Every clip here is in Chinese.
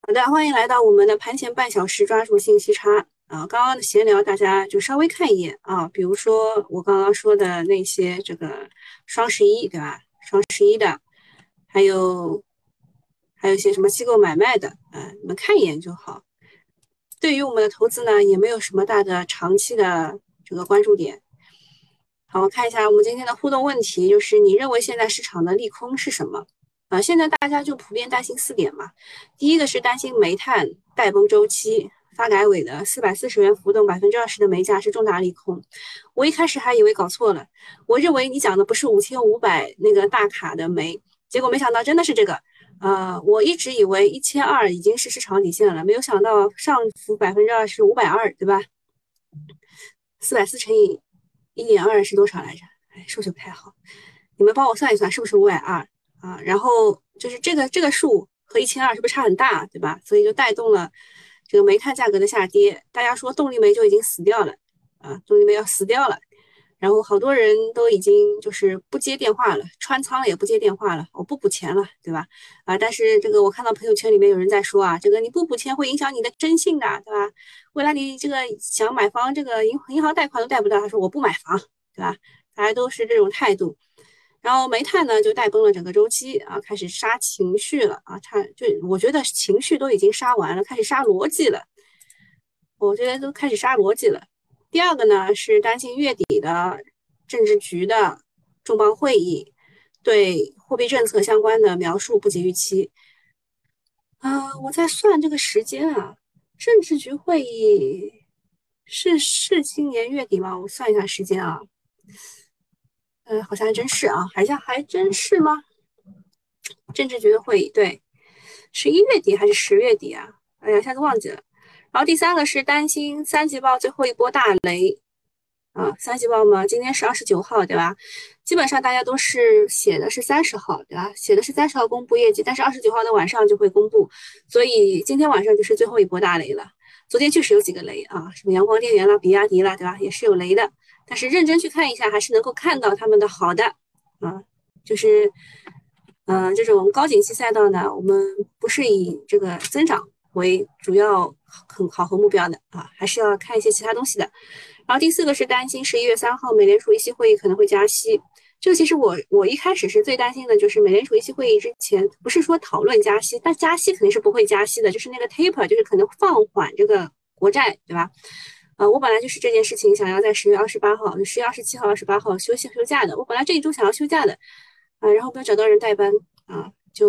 好的，欢迎来到我们的盘前半小时抓住信息差啊！刚刚的闲聊大家就稍微看一眼啊，比如说我刚刚说的那些这个双十一对吧？双十一的，还有一些什么机构买卖的，你们看一眼就好。对于我们的投资呢，也没有什么大的长期的这个关注点。好，我看一下我们今天的互动问题，就是你认为现在市场的利空是什么？现在大家就普遍担心4点嘛。第一个是担心煤炭带崩周期，发改委的440元浮动20%的煤价是重大利空。我一开始还以为搞错了，我认为你讲的不是5500那个大卡的煤，结果没想到真的是这个。我一直以为1200已经是市场底线了，没有想到上浮20%，520，对吧？440乘以1.2是多少来着？哎，数学不太好，你们帮我算一算，是不是520啊？然后就是这个数和1200是不是差很大，对吧？所以就带动了这个煤炭价格的下跌。大家说动力煤就已经死掉了啊，动力煤要死掉了。然后好多人都已经就是不接电话了，穿仓了也不接电话了，我不补钱了，对吧？但是这个我看到朋友圈里面有人在说啊，这个你不补钱会影响你的征信的，对吧？未来你这个想买房，这个银行贷款都贷不到，他说我不买房，对吧？大家都是这种态度。然后煤炭呢就带崩了整个周期啊，开始杀情绪了啊，我觉得情绪都已经杀完了，开始杀逻辑了，我觉得都开始杀逻辑了。第二个呢是担心月底的政治局的重磅会议对货币政策相关的描述不及预期啊。我在算这个时间啊，政治局会议是今年月底吗？我算一下时间啊，好像还真是啊，还真是吗？政治局的会议对，11月底还是10月底啊？哎呀，一下子忘记了。然后第三个是担心三季报最后一波大雷啊，三季报嘛，今天是29号，对吧？基本上大家都是写的是30号，对吧？写的是30号公布业绩，但是29号的晚上就会公布，所以今天晚上就是最后一波大雷了。昨天确实有几个雷啊，什么阳光电源啦、比亚迪啦，对吧？也是有雷的，但是认真去看一下，还是能够看到他们的好的啊，就是这种高景气赛道呢，我们不是以这个增长为主要考核目标的啊，还是要看一些其他东西的。然后第四个是担心11月3号美联储议息会议可能会加息。这个其实我一开始是最担心的，就是美联储议息会议之前不是说讨论加息，但加息肯定是不会加息的，就是那个 taper，就是可能放缓这个国债，对吧？我本来就是这件事情想要在10月28号、10月27号、28号休假的，我本来这一周想要休假的，然后没有找到人代班啊，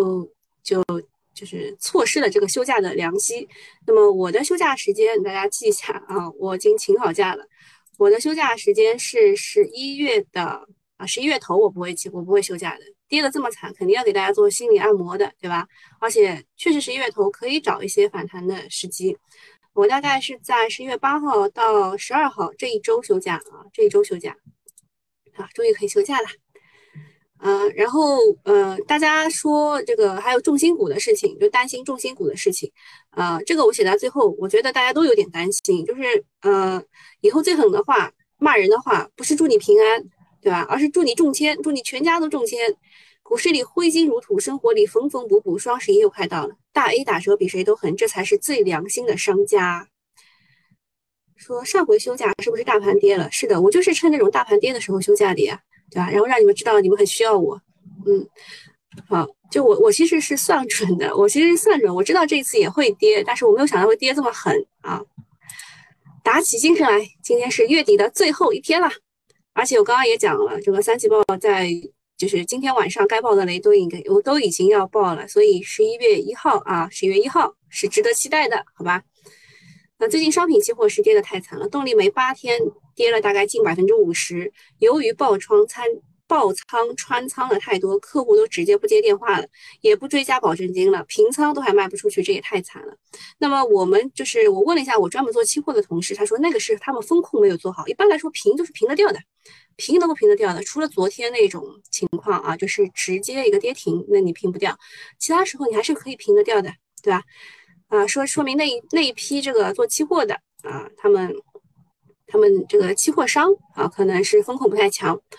就是错失了这个休假的良机。那么我的休假时间大家记一下啊，我已经请好假了。我的休假时间是11月的11月头，我不会休假的。跌得这么惨，肯定要给大家做心理按摩的，对吧？而且确实11月头可以找一些反弹的时机。我大概是在11月8号到12号这一周休假啊，这一周休假啊，终于可以休假了。然后大家说这个还有重心股的事情，就担心重心股的事情，这个我写在最后，我觉得大家都有点担心，就是以后最狠的话，骂人的话，不是祝你平安，对吧？而是祝你中签，祝你全家都中签。股市里挥金如土，生活里缝缝补补，双十一又快到了，大 A 打折比谁都狠，这才是最良心的商家。说上回休假是不是大盘跌了？是的，我就是趁这种大盘跌的时候休假的呀，对吧？然后让你们知道你们很需要我。嗯，好，就我其实是算准的，我其实是算准，我知道这次也会跌，但是我没有想到会跌这么狠啊！打起精神来，今天是月底的最后一天了，而且我刚刚也讲了，这个三季报在就是今天晚上该爆的雷都已经要爆了，所以11月1号啊，11月1号是值得期待的，好吧？那最近商品期货是跌得太惨了，动力煤8天跌了大概近50%，由于爆仓穿仓了太多，客户都直接不接电话了，也不追加保证金了，平仓都还卖不出去，这也太惨了。那么我问了一下我专门做期货的同事，他说那个是他们风控没有做好，一般来说平都是平得掉的，平能够平得掉的，除了昨天那种情况啊，就是直接一个跌停，那你平不掉，其他时候你还是可以平得掉的，对吧？说明那一批这个做期货的他们这个期货商可能是风控不太强。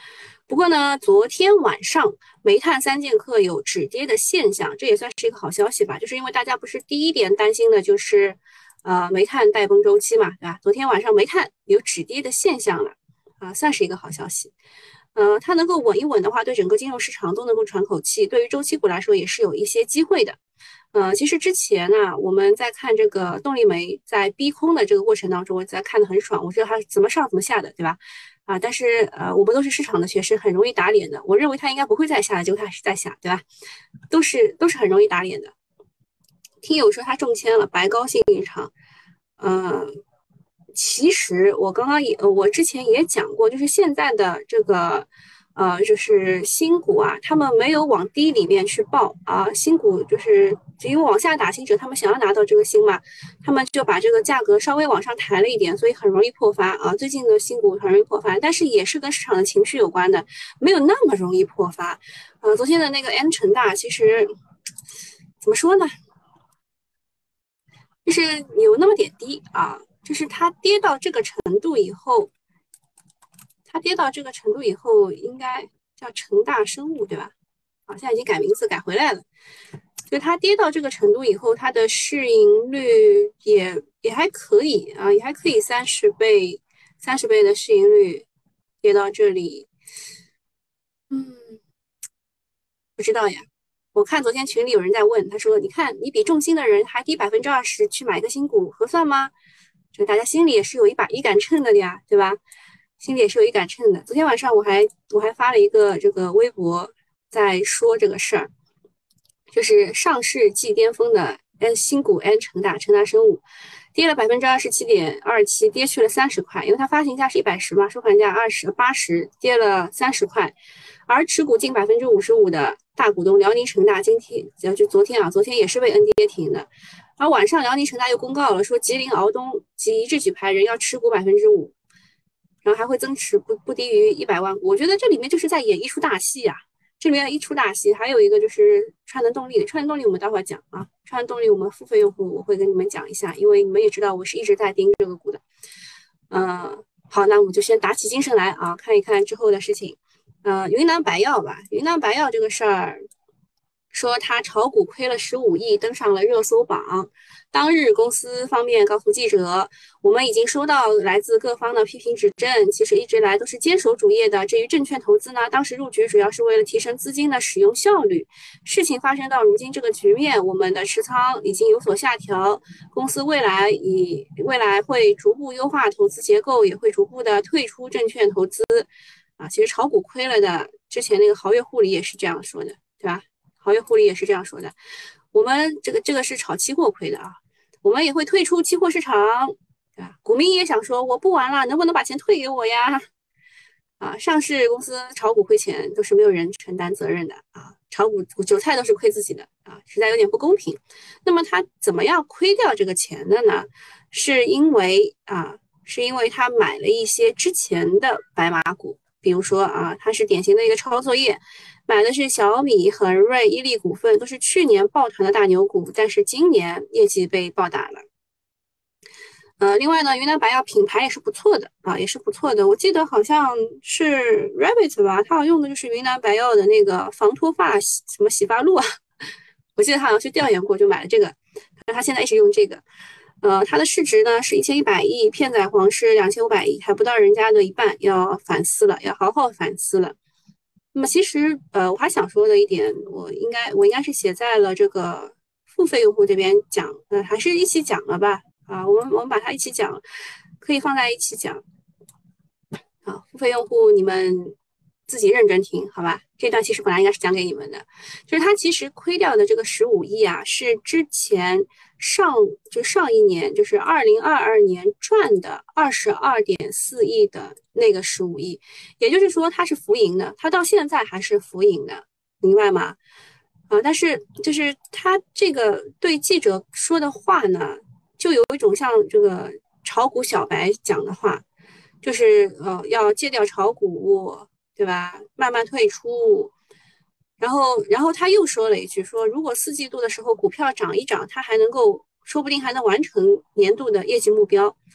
不过呢，昨天晚上煤炭三剑客有止跌的现象，这也算是一个好消息吧。就是因为大家不是第一点担心的就是煤炭带崩周期嘛，对吧？昨天晚上煤炭有止跌的现象了，算是一个好消息。它能够稳一稳的话，对整个金融市场都能够喘口气，对于周期股来说也是有一些机会的。其实之前呢，我们在看这个动力煤在逼空的这个过程当中，我在看得很爽，我觉得它怎么上怎么下的，对吧？但是我们都是市场的学生，很容易打脸的。我认为它应该不会再下的，结果它还是在下，对吧？都是很容易打脸的。听友说他中签了，白高兴一场。嗯，其实我刚刚我之前也讲过，就是现在的这个就是新股啊，他们没有往低里面去报啊，新股就是只有往下打新者，他们想要拿到这个新嘛，他们就把这个价格稍微往上抬了一点，所以很容易破发啊。最近的新股很容易破发，但是也是跟市场的情绪有关的，没有那么容易破发。昨天的那个 N 成大，其实怎么说呢？就是有那么点低啊，就是它跌到这个程度以后，应该叫成大生物对吧？现在已经改名字改回来了。就它跌到这个程度以后，它的市盈率也还可以啊，也还可以30倍，30倍的市盈率跌到这里，不知道呀。我看昨天群里有人在问，他说：“你看，你比重心的人还低20%去买个新股，合算吗？”就大家心里也是有一杆秤的呀，对吧？心里也是有一杆秤的。昨天晚上我还发了一个这个微博，在说这个事儿，就是上市即巅峰的新股 N 成大生物跌了27.27%，跌去了30块，因为它发行价是110嘛，收盘价80，跌了30块。而持股近55%的大股东辽宁成大今天就昨天也是被 N 跌停的。而晚上辽宁成大又公告了，说吉林敖东及一致举牌人要持股5%，然后还会增持不低于100万股。我觉得这里面就是在演一出大戏呀、这里面一出大戏。还有一个就是川能动力，川能动力我们待会儿讲啊，川能动力我们付费用户我会跟你们讲一下，因为你们也知道我是一直在盯这个股的。好，那我们就先打起精神来啊，看一看之后的事情。云南白药吧，云南白药这个事儿，说他炒股亏了15亿，登上了热搜榜。当日公司方面告诉记者，我们已经收到来自各方的批评指正，其实一直来都是坚守主业的。至于证券投资呢，当时入局主要是为了提升资金的使用效率。事情发生到如今这个局面，我们的持仓已经有所下调，公司未来会逐步优化投资结构，也会逐步的退出证券投资。其实炒股亏了的，之前那个豪越护理也是这样说的，对吧？豪越护理也是这样说的。我们这个是炒期货亏的啊，我们也会退出期货市场，对吧？股民也想说，我不玩了，能不能把钱退给我呀？上市公司炒股亏钱都是没有人承担责任的啊，炒股韭菜都是亏自己的啊，实在有点不公平。那么他怎么样亏掉这个钱的呢？是因为他买了一些之前的白马股。比如说它是典型的一个抄作业，买的是小米、恒瑞、伊利股份，都是去年抱团的大牛股，但是今年业绩被暴打了。另外呢，云南白药品牌也是不错的啊，也是不错的。我记得好像是 Rabbit 吧，它好像用的就是云南白药的那个防脱发什么洗发露啊，我记得他好像去调研过，就买了这个，但他现在一直用这个。它的市值呢是1100亿，片仔癀是2500亿，还不到人家的一半，要反思了，要好好反思了。那么其实我还想说的一点，我应该是写在了这个付费用户这边讲，还是一起讲了吧？我们把它一起讲，可以放在一起讲。付费用户你们自己认真听，好吧？这段其实本来应该是讲给你们的，就是它其实亏掉的这个15亿啊，是之前上一年，就是2022年赚的22.4亿的那个15亿，也就是说它是浮盈的，它到现在还是浮盈的，明白吗？但是就是他这个对记者说的话呢，就有一种像这个炒股小白讲的话，就是要戒掉炒股，对吧？慢慢退出。然后他又说了一句，说如果4季度的时候股票涨一涨，他还能够，说不定还能完成年度的业绩目标。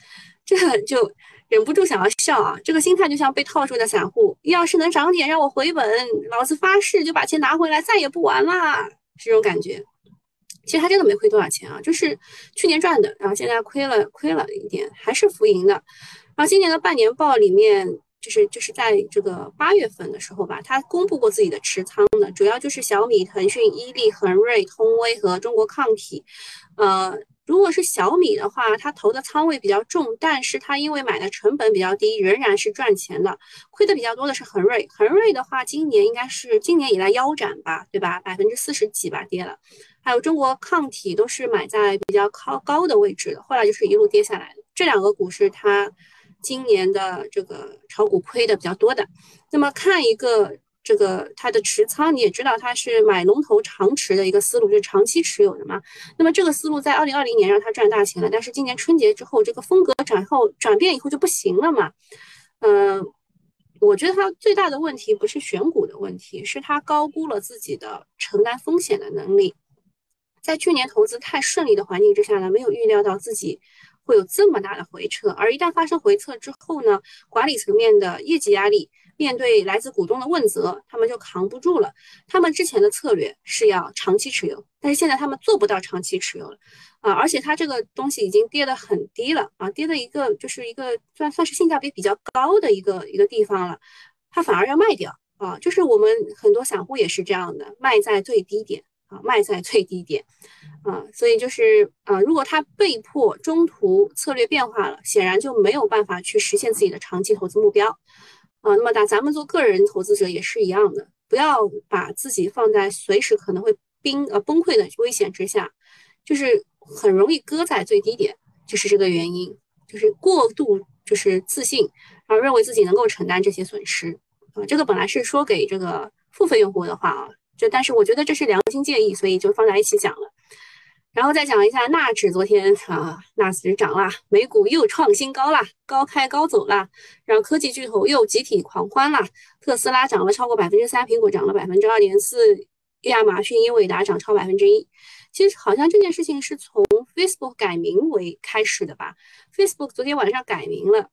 这就忍不住想要笑啊！这个心态就像被套住的散户，要是能涨点让我回本，老子发誓就把钱拿回来，再也不玩啦，是这种感觉。其实他真的没亏多少钱啊，就是去年赚的，然后现在亏了一点，还是浮盈的。然后今年的半年报里面，就是在这个8月份的时候吧，他公布过自己的持仓的，主要就是小米、腾讯、伊利、恒瑞、通威和中国抗体。呃，如果是小米的话，它投的仓位比较重，但是它因为买的成本比较低，仍然是赚钱的。亏的比较多的是恒瑞，恒瑞的话，今年应该是今年以来腰斩吧，对吧？40%几吧跌了。还有中国抗体都是买在比较靠高的位置的，后来就是一路跌下来的。这两个股是它今年的这个炒股亏的比较多的。那么看一个这个它的持仓，你也知道它是买龙头长持的一个思路，就是长期持有的嘛。那么这个思路在2020年让它赚大钱了，但是今年春节之后，这个风格转变以后就不行了嘛。我觉得它最大的问题不是选股的问题，是它高估了自己的承担风险的能力。在去年投资太顺利的环境之下呢，没有预料到自己会有这么大的回撤，而一旦发生回撤之后呢，管理层面的业绩压力，面对来自股东的问责，他们就扛不住了。他们之前的策略是要长期持有，但是现在他们做不到长期持有了啊，而且它这个东西已经跌得很低了啊，跌的一个就是一个算是性价比比较高的一个地方了，它反而要卖掉啊，就是我们很多散户也是这样的，卖在最低点。啊，卖在最低点，所以就是如果他被迫中途策略变化了，显然就没有办法去实现自己的长期投资目标，那么咱们做个人投资者也是一样的，不要把自己放在随时可能会崩溃的危险之下，就是很容易搁在最低点，就是这个原因，就是过度就是自信，然后认为自己能够承担这些损失，这个本来是说给这个付费用户的话啊。但是我觉得这是良心建议，所以就放在一起讲了。然后再讲一下纳指，昨天纳指涨啦，美股又创新高啦，高开高走啦，让科技巨头又集体狂欢啦。特斯拉涨了超过3%，苹果涨了2.4%，亚马逊、英伟达涨超1%。其实好像这件事情是从 Facebook 改名为开始的吧？Facebook 昨天晚上改名了，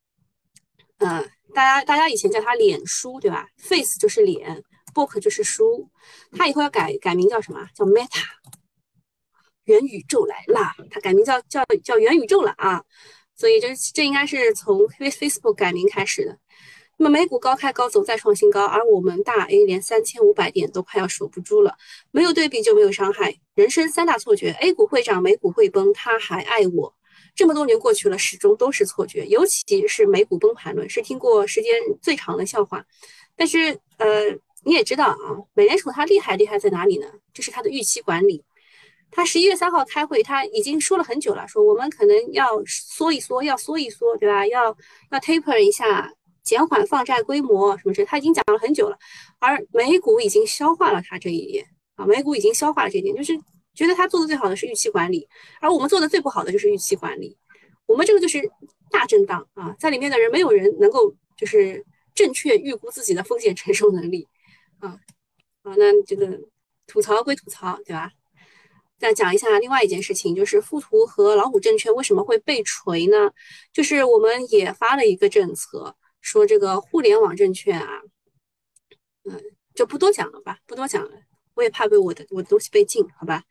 大家以前叫它脸书，对吧？Face 就是脸，Book 就是书，它以后要改名叫什么？叫 Meta，元宇宙来啦！它改名叫元宇宙了啊！所以这应该是从 Facebook 改名开始的。那么美股高开高走，再创新高，而我们大 A 连3500点都快要守不住了。没有对比就没有伤害，人生3大错觉：A 股会涨，美股会崩，他还爱我。这么多年过去了，始终都是错觉，尤其是美股崩盘论，是听过时间最长的笑话。但是你也知道啊，美联储它厉害在哪里呢？就是它的预期管理。他11月3号开会，他已经说了很久了，说我们可能要缩一缩，对吧？要 taper 一下，减缓放债规模什么之类，他已经讲了很久了。而美股已经消化了他这一点啊，美股已经消化了这一点，就是觉得他做的最好的是预期管理，而我们做的最不好的就是预期管理。我们这个就是大震荡啊，在里面的人没有人能够就是正确预估自己的风险承受能力那这个吐槽归吐槽，对吧？再讲一下另外一件事情，就是富途和老虎证券为什么会被锤呢？就是我们也发了一个政策，说这个互联网证券啊，就不多讲了吧，不多讲了，我也怕被我的东西被禁，好吧？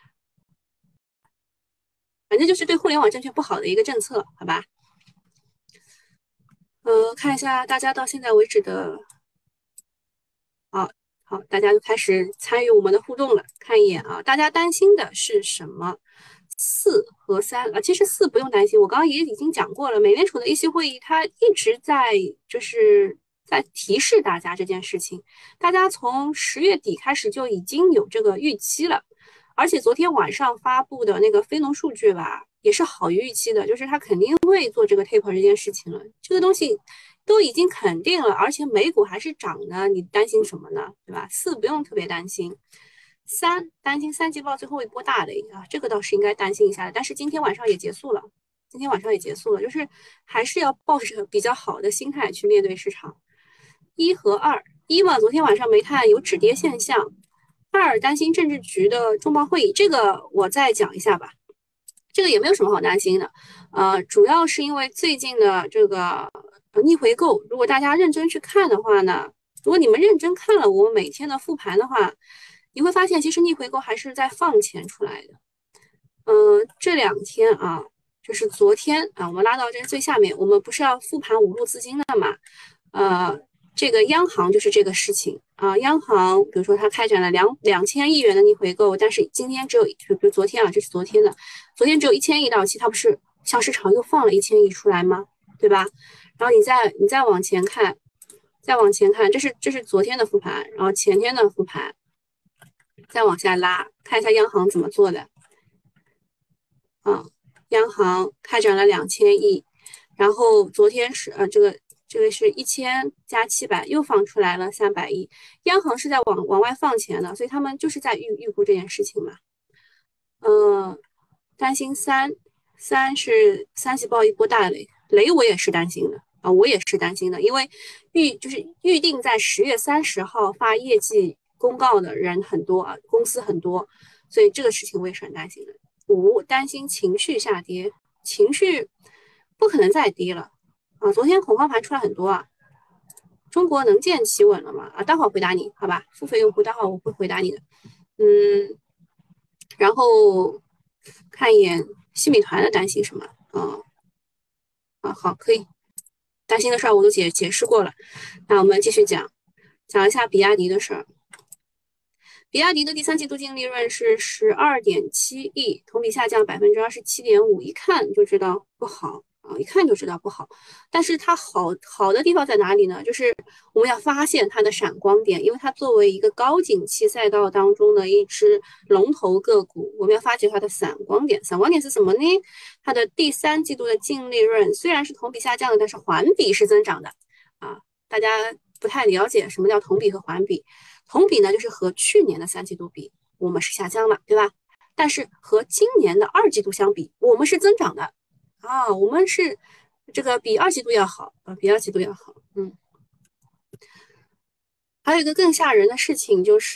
反正就是对互联网证券不好的一个政策，好吧？看一下大家到现在为止的，好，大家就开始参与我们的互动了。看一眼啊，大家担心的是什么？4和3啊，其实4不用担心，我刚刚也已经讲过了。美联储的议息会议，它一直在提示大家这件事情，大家从10月底开始就已经有这个预期了。而且昨天晚上发布的那个非农数据吧，也是好于预期的，就是它肯定会做这个 taper 这件事情了。这个东西都已经肯定了，而且美股还是涨的，你担心什么呢？对吧？4不用特别担心，担心三季报最后一波大雷啊，这个倒是应该担心一下的。但是今天晚上也结束了，就是还是要抱着比较好的心态去面对市场。1和2，1嘛，昨天晚上煤炭有止跌现象。2担心政治局的重磅会议，这个我再讲一下吧。 这个也没有什么好担心的。主要是因为最近的这个逆回购，如果大家认真去看的话呢，如果你们认真看了我们每天的复盘的话，你会发现其实逆回购还是在放钱出来的。这2天啊，就是昨天啊，我们拉到这最下面，我们不是要复盘五路资金的嘛？呃，这个央行就是这个事情啊。央行比如说它开展了2000亿元的逆回购，但是今天只有，比如昨天啊，这是昨天的，昨天只有1000亿到期，它不是向市场又放了1000亿出来吗？对吧？然后你再往前看，再往前看，这是昨天的复盘，然后前天的复盘，再往下拉，看一下央行怎么做的。央行开展了2000亿，然后昨天是这个是1000+700，又放出来了300亿。央行是在往外放钱的，所以他们就是在预估这件事情嘛。担心三是三季报一波大雷，雷我也是担心的啊，我也是担心的，因为预定在10月30号发业绩公告的人很多啊，公司很多，所以这个事情我也是很担心的。担心情绪下跌，情绪不可能再跌了啊！昨天恐慌盘出来很多啊，中国能见企稳了吗？啊，待会儿回答你，好吧？付费用户，待会儿我会回答你的。然后看一眼新美团的担心什么？好，可以，担心的事儿我都解释过了。那我们继续讲一下比亚迪的事儿。比亚迪的第三季度净利润是12.7亿，同比下降27.5%，一看就知道不好啊，一看就知道不好。但是它好的地方在哪里呢？就是我们要发现它的闪光点，因为它作为一个高景气赛道当中的一只龙头个股，我们要发掘它的闪光点。闪光点是什么呢？它的第三季度的净利润虽然是同比下降的，但是环比是增长的啊。大家不太了解什么叫同比和环比。同比呢，就是和去年的3季度比，我们是下降了，对吧？但是和今年的2季度相比，我们是增长的啊，我们是这个比2季度要好啊，比2季度要好。还有一个更吓人的事情就是，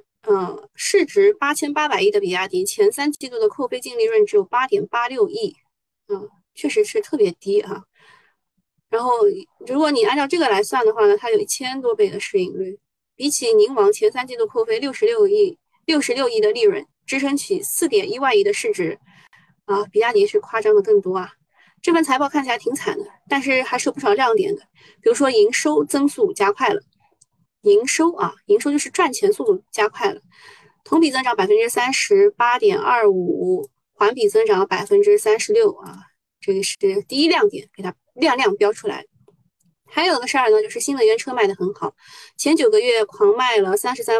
市值8800亿的比亚迪，前3季度的扣非净利润只有8.86亿，确实是特别低哈。然后，如果你按照这个来算的话呢，它有1000多倍的市盈率。比起宁王前3季度扣非66亿的利润，支撑起4.1万亿的市值，啊，比亚迪是夸张的更多啊。这份财报看起来挺惨的，但是还是有不少亮点的，比如说营收增速加快了，营收就是赚钱速度加快了，同比增长38.25%，环比增长36%啊，这个是第一亮点，给它亮标出来。还有个事儿呢，就是新能源车卖得很好，前9个月狂卖了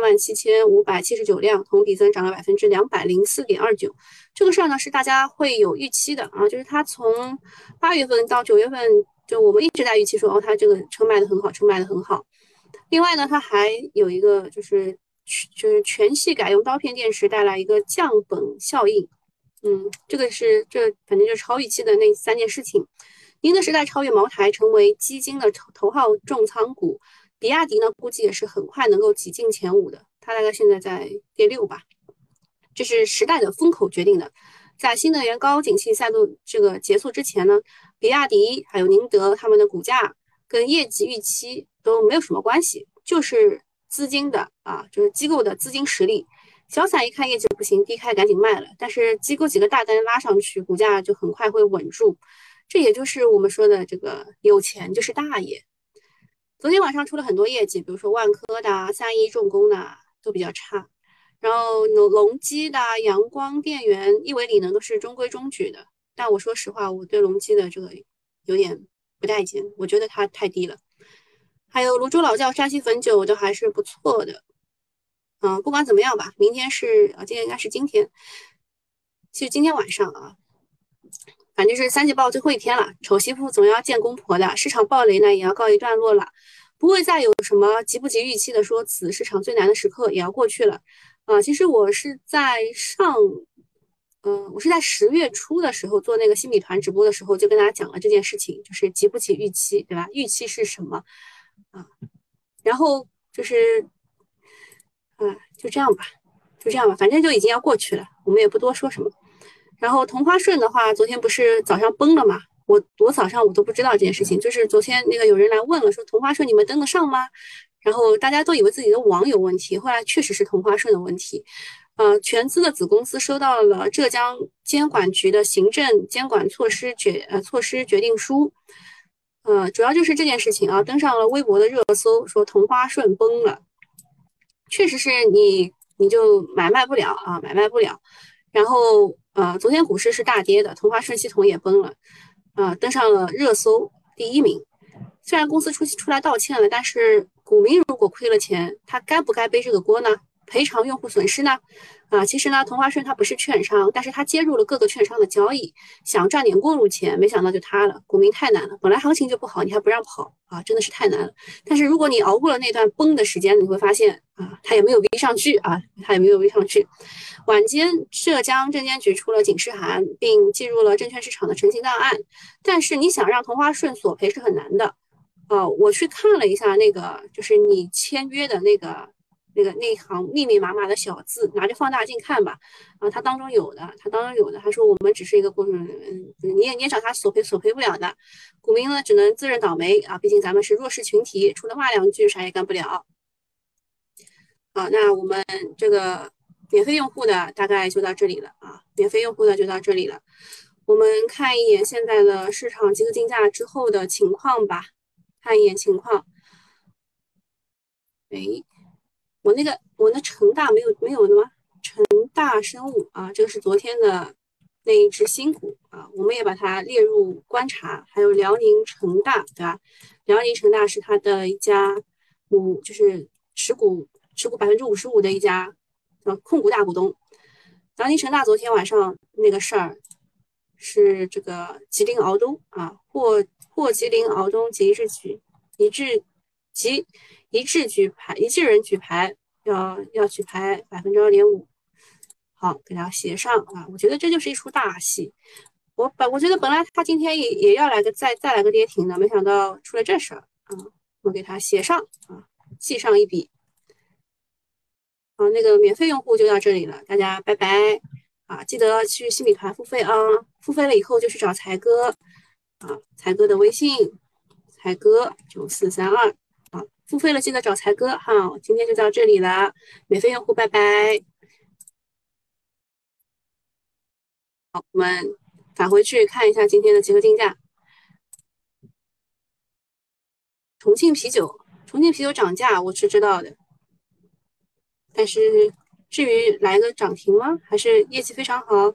337579辆，同比增长了204.29%。这个事儿呢是大家会有预期的啊，就是它从8月份到9月份，就我们一直在预期说，它这个车卖得很好，车卖得很好。另外呢，它还有一个就是全系改用刀片电池带来一个降本效应，这反正就是超预期的那3件事情。宁德时代超越茅台，成为基金的头号重仓股。比亚迪呢，估计也是很快能够挤进前5的，它大概现在在第6吧。这是时代的风口决定的。在新能源高景气赛道这个结束之前呢，比亚迪还有宁德他们的股价跟业绩预期都没有什么关系，就是资金的就是机构的资金实力。小散一看业绩不行，低开赶紧卖了，但是机构几个大单拉上去，股价就很快会稳住。这也就是我们说的这个有钱就是大爷。昨天晚上出了很多业绩，比如说万科的、3一重工的都比较差，然后隆基的、阳光电源、亿维锂能都是中规中矩的。但我说实话，我对隆基的这个有点不待见，我觉得它太低了。还有泸州老窖、山西汾酒都还是不错的。不管怎么样吧，今天应该是今天，其实今天晚上啊。反正是3季报最后一天了，丑媳妇总要见公婆的，市场暴雷呢也要告一段落了，不会再有什么急不急预期的说此市场最难的时刻也要过去了。其实我是在10月初的时候做那个新米团直播的时候就跟大家讲了这件事情，就是急不急预期，对吧？预期是什么然后就是就这样吧，反正就已经要过去了，我们也不多说什么。 然后同花顺的话，昨天不是早上崩了吗？我早上我都不知道这件事情，就是昨天那个有人来问了，说同花顺你们登得上吗？然后大家都以为自己的网有问题，后来确实是同花顺的问题。全资的子公司收到了浙江监管局的行政监管措施决定书。主要就是这件事情啊，登上了微博的热搜，说同花顺崩了，确实是你就买卖不了啊，买卖不了。然后昨天股市是大跌的，同花顺系统也崩了，登上了热搜第1名。虽然公司出来道歉了，但是股民如果亏了钱，他该不该背这个锅呢？赔偿用户损失呢？其实呢，同花顺它不是券商，但是它接入了各个券商的交易，想赚点过路钱，没想到就塌了。股民太难了，本来行情就不好，你还不让跑啊，真的是太难了。但是如果你熬过了那段崩的时间，你会发现啊，它也没有逼上去啊，它也没有逼上去。晚间，浙江证监局出了警示函，并记入了证券市场的成型档案。但是你想让同花顺索赔是很难的。我去看了一下那个，就是你签约的那行密密麻麻的小字，拿着放大镜看吧。它当中有的，他说我们只是一个过程，你也找他索赔不了的。股民呢只能自认倒霉啊，毕竟咱们是弱势群体，除了骂两句啥也干不了。好，那我们这个免费用户的大概就到这里了啊，免费用户的就到这里了。我们看一眼现在的市场集合竞价之后的情况吧，看一眼情况。哎，我那成大没有的吗？成大生物啊，这个是昨天的那一只新股啊，我们也把它列入观察。还有辽宁成大，对吧？辽宁成大是它的一家就是持股55%的一家控股大股东。辽宁成大昨天晚上那个事儿是这个吉林敖东啊，获吉林敖东及一致及一致人举牌，要举牌2.5%。好，给它写上啊！我觉得这就是一出大戏。我觉得本来他今天也要来个再来个跌停的，没想到出了这事儿啊！我给他写上啊，记上一笔。好，那个免费用户就到这里了，大家拜拜啊！记得去新米团付费啊，付费了以后就去找才哥啊，才哥的微信，才哥9432啊，付费了记得找才哥哈。今天就到这里了，免费用户拜拜。好，我们返回去看一下今天的集合竞价。重庆啤酒涨价我是知道的，但是至于来个涨停吗？还是业绩非常好？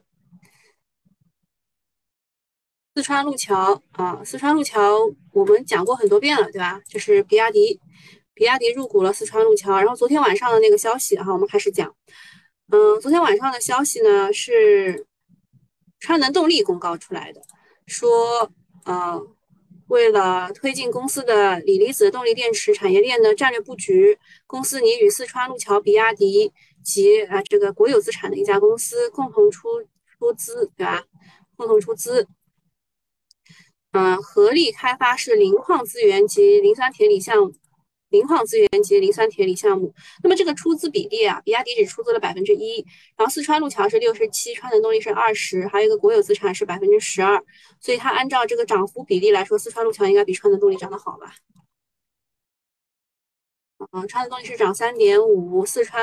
四川路桥啊，四川路桥我们讲过很多遍了，对吧？就是比亚迪入股了四川路桥。然后昨天晚上的那个消息哈，我们开始讲。昨天晚上的消息呢是川能动力公告出来的，说为了推进公司的锂离子动力电池产业链的战略布局，公司拟与四川路桥比亚迪及这个国有资产的一家公司共同出资，对吧？共同出资。合力开发是磷矿资源及磷酸铁锂项目，那么这个出资比例啊，比亚迪只出资了1%，然后四川路桥是67%，川能动力是20%，还有一个国有资产是12%，所以它按照这个涨幅比例来说，四川路桥应该比川能动力涨得好吧？川能动力是涨3.5%，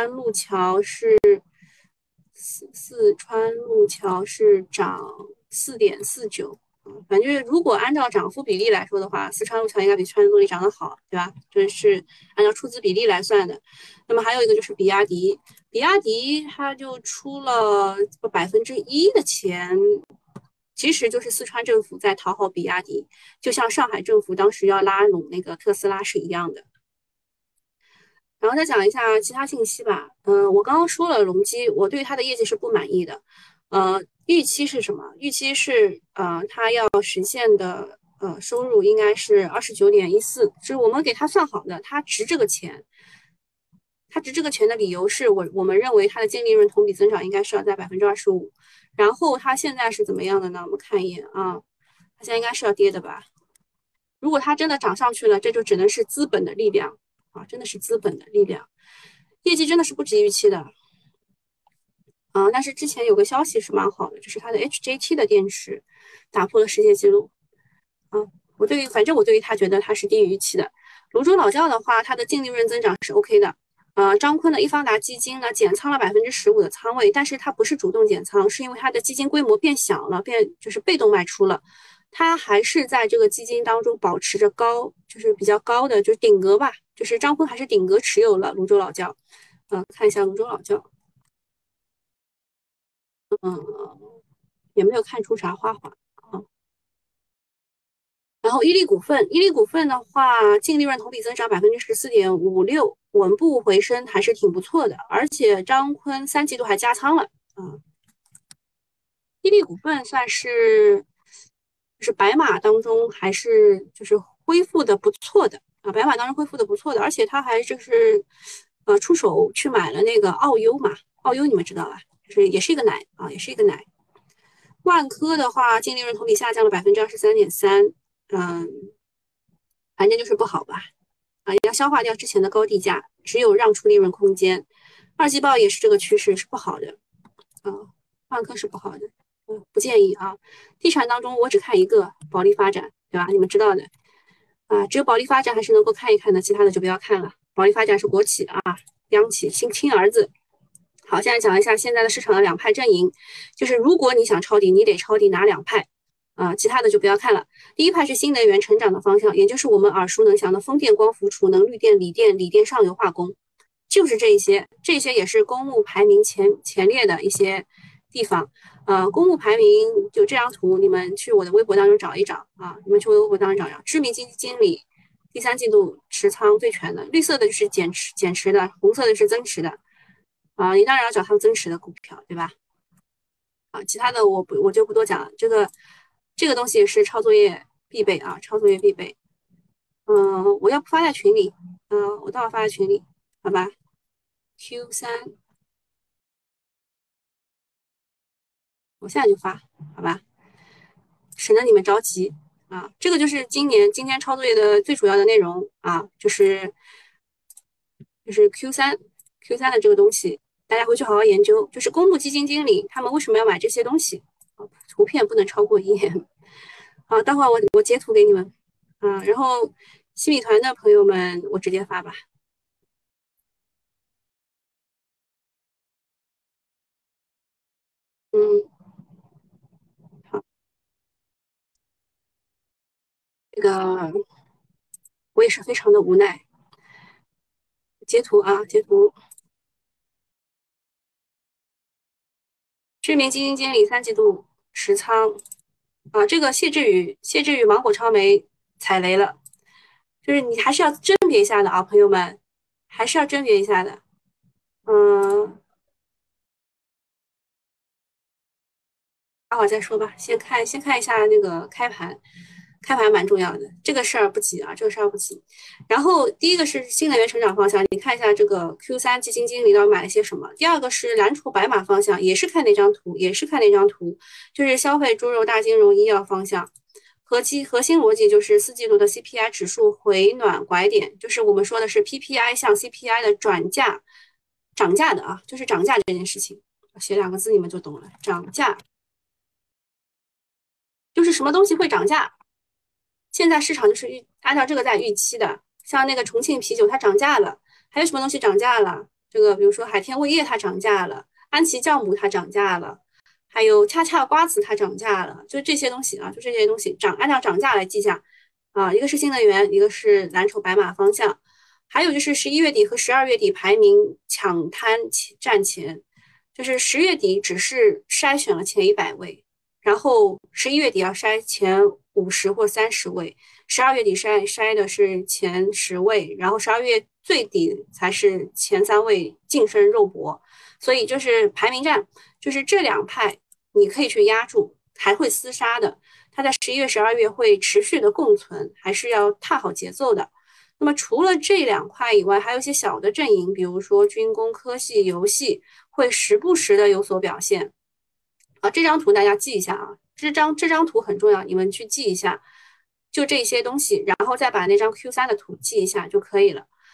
四川路桥是涨4.49%。反正如果按照涨幅比例来说的话，四川路桥应该比川能动力涨得好，对吧？这是按照出资比例来算的。那么还有一个就是比亚迪，比亚迪它就出了1%的钱，其实就是四川政府在讨好比亚迪，就像上海政府当时要拉拢那个特斯拉是一样的。然后再讲一下其他信息吧。我刚刚说了隆基，我对它的业绩是不满意的。预期是什么？预期是它要实现的收入应该是29.14，是我们给它算好的，它值这个钱。它值这个钱的理由是我们认为它的净利润同比增长应该是要在25%。然后它现在是怎么样的呢？我们看一眼啊，它现在应该是要跌的吧？如果它真的涨上去了，这就只能是资本的力量啊，真的是资本的力量，业绩真的是不及预期的但是之前有个消息是蛮好的，就是它的 HJT 的电池打破了世界纪录。啊，反正我对于它觉得它是低于预期的。泸州老窖的话，它的净利润增长是 OK 的。张坤的易方达基金呢减仓了15%的仓位，但是它不是主动减仓，是因为它的基金规模变小了，就是被动卖出了。它还是在这个基金当中保持着就是比较高的，就是顶格吧，就是张坤还是顶格持有了泸州老窖。看一下泸州老窖，嗯，也没有看出啥花花。然后伊利股份的话，净利润同比增长14.56%，稳步回升，还是挺不错的。而且张坤3季度还加仓了，伊利股份算是就是白马当中还是就是恢复的不错的啊，白马当中恢复的不错的，而且他还就是出手去买了那个奥优嘛，奥优你们知道吧？就是也是一个奶啊，也是一个奶。万科的话，净利润同比下降了23.3%，嗯，反正就是不好吧。要消化掉之前的高地价，只有让出利润空间。二季报也是这个趋势，是不好的啊，万科是不好的，不建议啊。地产当中我只看一个保利发展，对吧？你们知道的只有保利发展还是能够看一看的，其他的就不要看了。保利发展是国企啊，央企亲儿子。好，现在讲一下现在的市场的两派阵营，就是如果你想抄底，你得抄底哪两派？其他的就不要看了。第一派是新能源成长的方向，也就是我们耳熟能详的风电、光伏、储能、绿电、锂电、锂电上游化工，就是这一些，这些也是公募排名前列的一些地方。公募排名就这张图，你们去我的微博当中找一找啊，你们去我的微博当中找一找，知名基金经理第三季度持仓最全的，绿色的就是减持的，红色的是增持的。你当然要找他们增持的股票，对吧？其他的我就不多讲了。这个东西是抄作业必备啊，抄作业必备。我要不发在群里，我待会儿发在群里，好吧？Q3，我现在就发，好吧？省得你们着急啊。这个就是今天抄作业的最主要的内容啊，就是 Q3 的这个东西，大家回去好好研究。就是公募基金经理他们为什么要买这些东西？图片不能超过1眼。好，待会儿我截图给你们。然后新米团的朋友们，我直接发吧。嗯，好，这个我也是非常的无奈。截图啊，截图。知名基金经理3季度持仓这个谢志宇芒果超媒踩雷了，就是你还是要甄别一下的啊，朋友们，还是要甄别一下的。嗯，待会儿再说吧，先看一下那个开盘，开盘蛮重要的，这个事儿不急啊，这个事儿不急。然后第一个是新能源成长方向，你看一下这个 Q3基金经理到底买了些什么。第二个是蓝筹白马方向，也是看那张图，就是消费、猪肉、大金融、医药方向。核心逻辑就是4季度的 CPI 指数回暖拐点，就是我们说的是 PPI 向 CPI 的涨价的啊，就是涨价这件事情，写2个字你们就懂了，涨价。就是什么东西会涨价，现在市场就是按照这个在预期的。像那个重庆啤酒它涨价了，还有什么东西涨价了？这个比如说海天味业它涨价了，安琪酵母它涨价了，还有恰恰瓜子它涨价了，就这些东西啊，就这些东西按照涨价来计价一个是新能源，一个是蓝筹白马方向，还有就是11月底和12月底排名抢滩占前，就是10月底只是筛选了前100位。然后11月底要筛前50或30位，12月底筛的是前10位，然后12月最底才是前3位晋升肉搏，所以就是排名战，就是这两派你可以去压住，还会厮杀的，它在11月、12月会持续的共存，还是要踏好节奏的。那么除了这两块以外，还有一些小的阵营，比如说军工、科技、游戏，会时不时的有所表现。这张图大家记一下啊，这张图很重要，你们去记一下，就这些东西，然后再把那张 Q3的图记一下就可以了。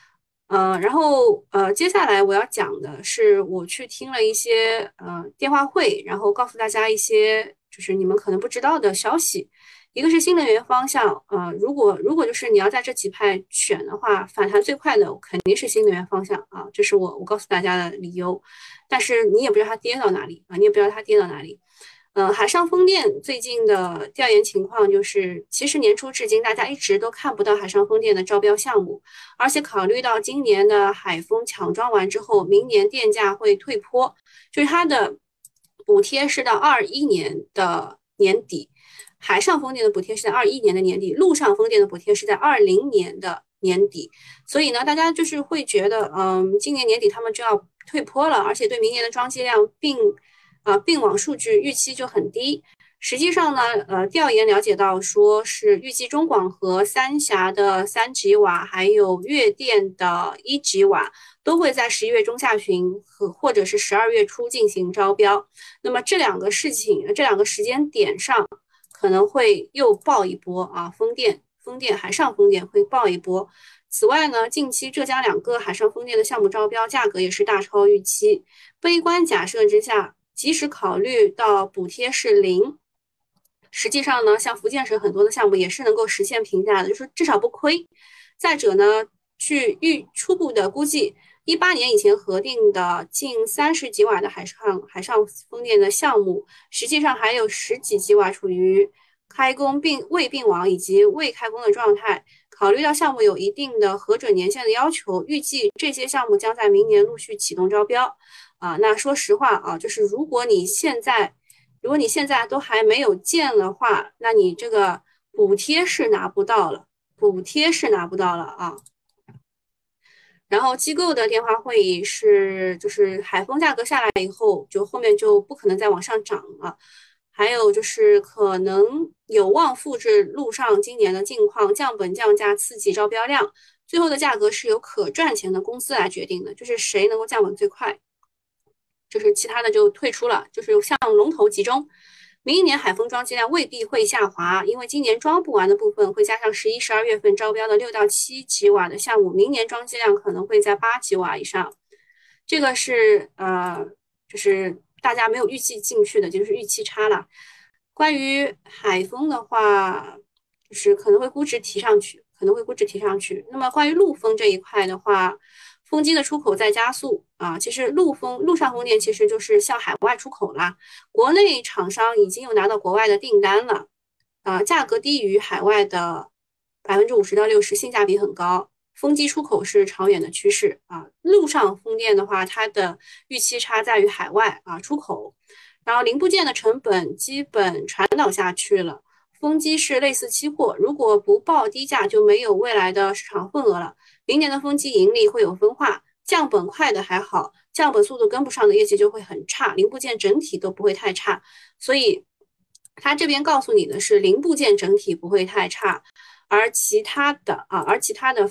然后接下来我要讲的是，我去听了一些电话会，然后告诉大家一些就是你们可能不知道的消息。一个是新能源方向，如果就是你要在这几派选的话，反弹最快的肯定是新能源方向啊，这是我告诉大家的理由。但是你也不知道它跌到哪里啊，你也不知道它跌到哪里。海上风电最近的调研情况就是，其实年初至今，大家一直都看不到海上风电的招标项目，而且考虑到今年的海风抢装完之后，明年电价会退坡，就是它的补贴是到21年的年底，海上风电的补贴是在21年的年底，陆上风电的补贴是在20年的年底，所以呢，大家就是会觉得，今年年底他们就要退坡了，而且对明年的装机量并网数据预期就很低。实际上呢，调研了解到，说是预计中广核三峡的3吉瓦，还有粤电的1吉瓦，都会在11月中下旬或者是12月初进行招标。那么这两个事情，这两个时间点上，可能会又爆一波啊，风电海上风电会爆一波。此外呢，近期浙江2个海上风电的项目招标价格也是大超预期。悲观假设之下，即使考虑到补贴是零，实际上呢，像福建省很多的项目也是能够实现平价的，就是至少不亏。再者呢，据初步的估计，18年以前核定的近30吉瓦的海上风电的项目，实际上还有10几吉瓦处于开工并未并网以及未开工的状态。考虑到项目有一定的核准年限的要求，预计这些项目将在明年陆续启动招标。那说实话啊，就是如果你现在都还没有建的话，那你这个补贴是拿不到了，补贴是拿不到了啊。然后机构的电话会议是，就是海风价格下来以后，就后面就不可能再往上涨了。还有就是可能有望复制陆上今年的境况，降本降价，刺激招标量。最后的价格是由可赚钱的公司来决定的，就是谁能够降本最快。就是其他的就退出了，就是向龙头集中。明一年海风装机量未必会下滑，因为今年装不完的部分会加上11、12月份招标的6到7吉瓦的项目，明年装机量可能会在8吉瓦以上。这个是就是大家没有预计进去的，就是预期差了。关于海风的话，就是可能会估值提上去，可能会估值提上去。那么关于陆风这一块的话，风机的出口在加速啊，其实陆上风电其实就是向海外出口啦。国内厂商已经有拿到国外的订单了，价格低于海外的50%到60%，性价比很高。风机出口是长远的趋势啊。陆上风电的话，它的预期差在于海外出口，然后零部件的成本基本传导下去了。风机是类似期货，如果不报低价，就没有未来的市场份额了。明年的风机盈利会有分化，降本快的还好，降本速度跟不上的业绩就会很差，零部件整体都不会太差。所以他这边告诉你的是零部件整体不会太差，而其他的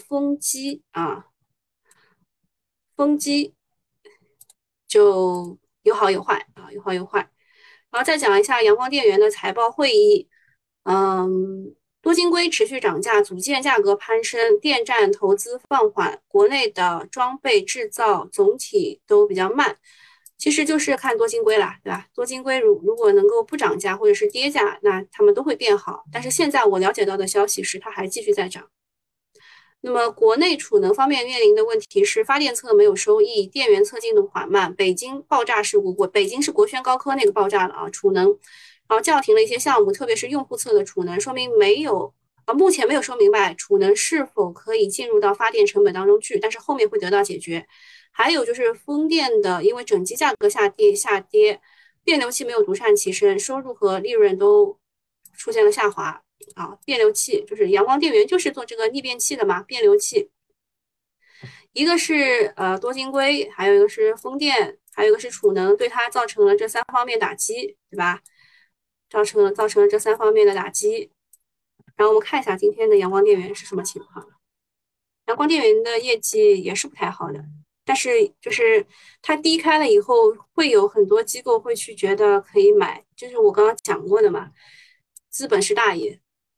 风机就有好有坏啊，有好有坏。然后再讲一下阳光电源的财报会议，多晶硅持续涨价，组件价格攀升，电站投资放缓，国内的装备制造总体都比较慢，其实就是看多晶硅啦，对吧？多晶硅如果能够不涨价或者是跌价，那他们都会变好。但是现在我了解到的消息是，它还继续在涨。那么国内储能方面面临的问题是，发电侧没有收益，电源侧进度缓慢。北京爆炸事故，北京是国轩高科那个爆炸了啊，储能，然后叫停了一些项目，特别是用户侧的储能，说明目前没有说明白储能是否可以进入到发电成本当中去，但是后面会得到解决。还有就是风电的，因为整机价格下跌，变流器没有独善其身，收入和利润都出现了下滑。变流器就是阳光电源，就是做这个逆变器的嘛。变流器，一个是多晶硅，还有一个是风电，还有一个是储能，对它造成了这3方面打击，对吧？造成了这3方面的打击。然后我们看一下今天的阳光电源是什么情况。阳光电源的业绩也是不太好的，但是就是它低开了以后，会有很多机构会去觉得可以买，就是我刚刚讲过的嘛，资本是大爷。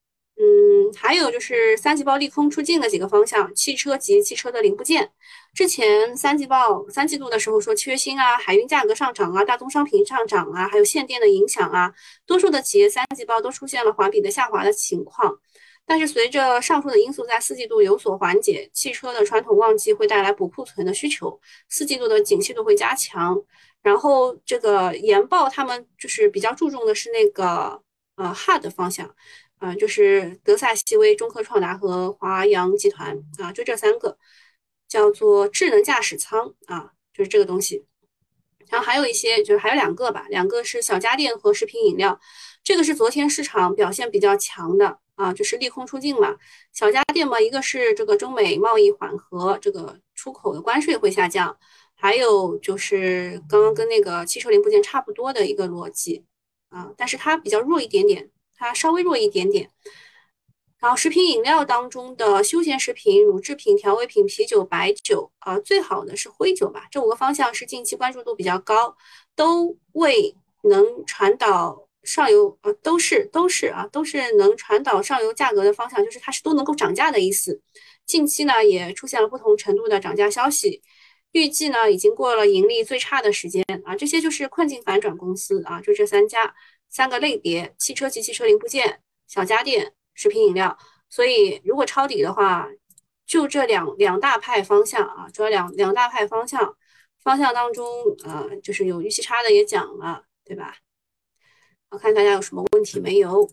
还有就是三季报利空出尽的几个方向，汽车及汽车的零部件。之前三季度的时候说缺芯啊，海运价格上涨啊，大宗商品上涨啊，还有限电的影响啊，多数的企业三季报都出现了环比的下滑的情况。但是随着上述的因素在四季度有所缓解，汽车的传统旺季会带来补库存的需求，四季度的景气度会加强。然后这个研报他们就是比较注重的是那个HUD 方向。就是德赛西威、中科创达和华阳集团啊，就这三个，叫做智能驾驶舱啊，就是这个东西。然后还有一些，就是还有两个吧，两个是小家电和食品饮料，这个是昨天市场表现比较强的啊，就是利空出尽嘛。小家电嘛，一个是这个中美贸易缓和，这个出口的关税会下降，还有就是刚刚跟那个汽车零部件差不多的一个逻辑啊，但是它比较弱一点点，它稍微弱一点点。然后食品饮料当中的休闲食品、乳制品、调味品、啤酒、白酒，最好的是灰酒吧。这五个方向是近期关注度比较高，都未能传导上游，都是能传导上游价格的方向，就是它是都能够涨价的意思。近期呢也出现了不同程度的涨价消息，预计呢已经过了盈利最差的时间啊。这些就是困境反转公司啊，就这三个类别：汽车及汽车零部件、小家电。食品饮料，所以如果抄底的话，就这两大派方向啊，主要两大派方向当中，就是有预期差的也讲了，对吧？我看大家有什么问题没有？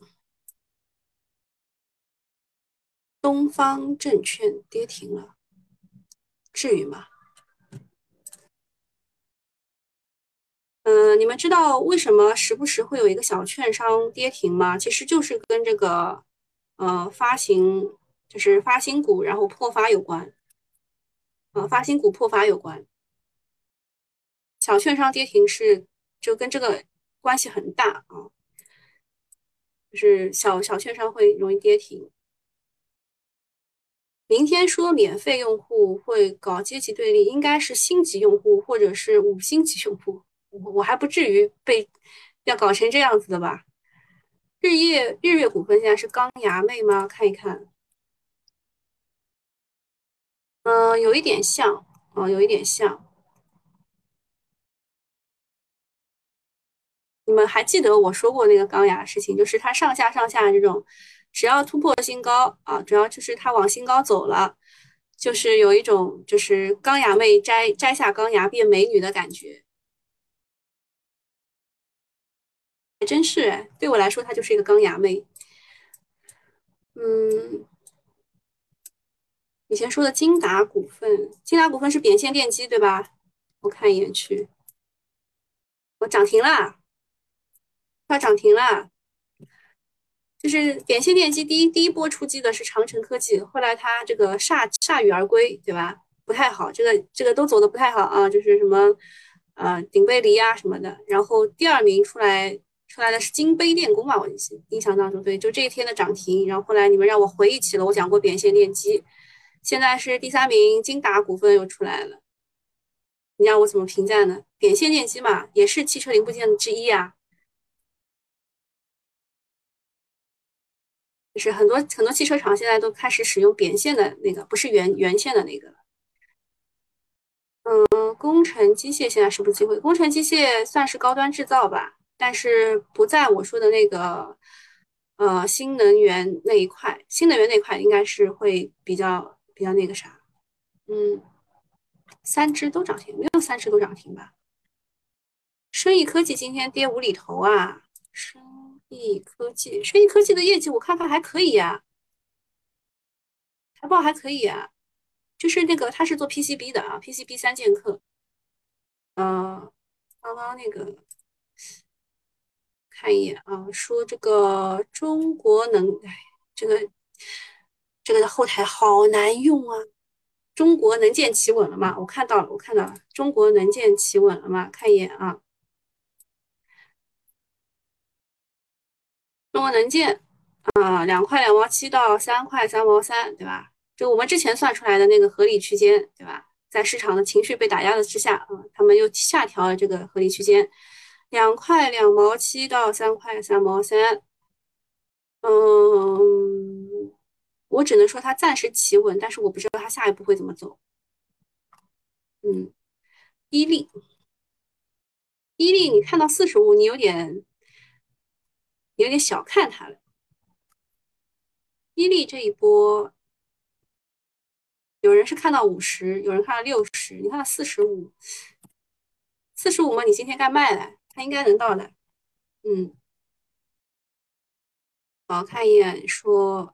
东方证券跌停了，至于吗？你们知道为什么时不时会有一个小券商跌停吗？其实就是跟这个发行就是发行股然后破发有关，发行股破发有关。小券商跌停是就跟这个关系很大啊，就是小券商会容易跌停。明天说免费用户会搞阶级对立，应该是星级用户或者是5星级用户，我还不至于被要搞成这样子的吧？日月股份现在是钢牙妹吗？看一看，有一点像，有一点像。你们还记得我说过那个钢牙的事情，就是它上下这种，只要突破新高啊，主要就是它往新高走了，就是有一种就是钢牙妹摘下钢牙变美女的感觉，还真是哎，对我来说它就是一个钢牙妹。嗯，以前说的金达股份，金达股份是扁线电机对吧？我看一眼去，我涨停啦，快涨停啦！就是扁线电机第一波出击的是长城科技，后来它这个铩羽而归，对吧？不太好，这个都走的不太好啊，就是什么顶背离啊什么的。然后第二名出来的是金杯电工吧，我印象当中对，就这一天的涨停。然后后来你们让我回忆起了我讲过扁线电机，现在是第三名金达股份又出来了，你让我怎么评价呢？扁线电机嘛，也是汽车零部件之一啊。就是很多汽车厂现在都开始使用扁线的那个，不是圆线的那个了。工程机械现在是不是机会？工程机械算是高端制造吧，但是不在我说的那个新能源那一块。新能源那块应该是会比较那个啥，嗯，三只都涨停，没有三只都涨停吧？生意科技今天跌无厘头啊！生意科技的业绩我看看还可以呀、财报还可以呀、就是那个他是做 PCB 的啊，PCB 三剑客，刚刚那个看一眼啊，说这个中国能，哎，这个这个的后台好难用啊。中国能建企稳了吗？我看到了，我看到了，中国能建企稳了吗？看一眼啊，中国能建2块2毛7到3块3毛3，对吧？就我们之前算出来的那个合理区间，对吧？在市场的情绪被打压的之下，他们又下调了这个合理区间，2块2毛7到3块3毛3。嗯， 我只能说它暂时企稳，但是我不知道它下一步会怎么走。嗯，伊利，伊利，你看到45，你有点小看它了。伊利这一波，有人是看到50，有人看到60，你看到45，四十五嘛，你今天该卖了，它应该能到的。嗯，好，看一眼说，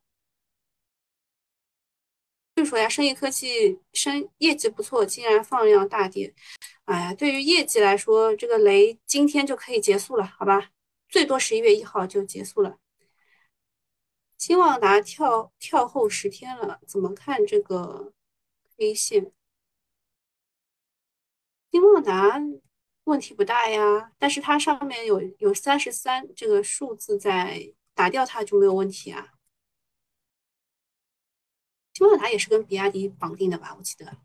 就说呀，生意科技业绩不错，竟然放量大跌。哎呀，对于业绩来说，这个雷今天就可以结束了，好吧？最多11月1号就结束了。新旺达跳后10天了，怎么看这个 K 线？新旺达问题不大呀，但是它上面有33这个数字在，打掉它就没有问题啊。新旺达也是跟比亚迪绑定的吧？我记得。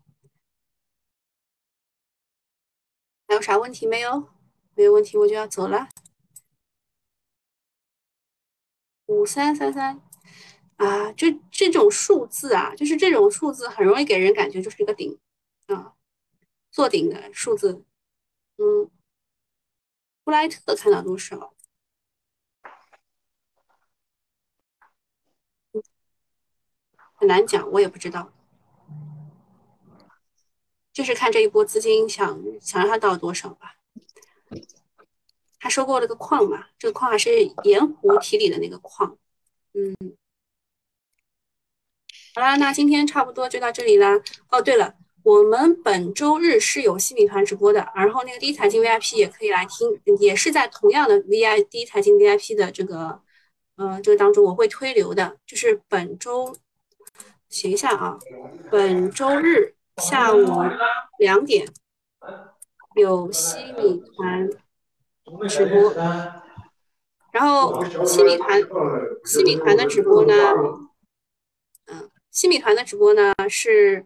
还有啥问题没有？没有问题，我就要走了。5333啊，这种数字啊，就是这种数字很容易给人感觉就是一个顶啊，做顶的数字。嗯，布莱特看到多少？很难讲，我也不知道。就是看这一波资金想让它到多少吧。他收购了个矿嘛，这个矿还是盐湖提里的那个矿。嗯，好啦，那今天差不多就到这里啦。哦，对了，我们本周日是有新米团直播的，然后那个第一财经 VIP 也可以来听，也是在同样的 第一财经 VIP 的这个当中，我会推流的，就是本周写一下啊，本周日下午2点有西米团直播，然后西米团的直播呢，西米团的直播呢是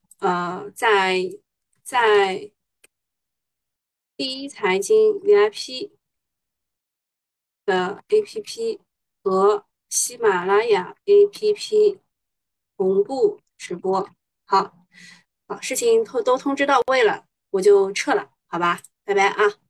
在第一财经 VIP 的 APP 和喜马拉雅 APP 同步直播。好，好，事情都通知到位了，我就撤了，好吧，拜拜啊。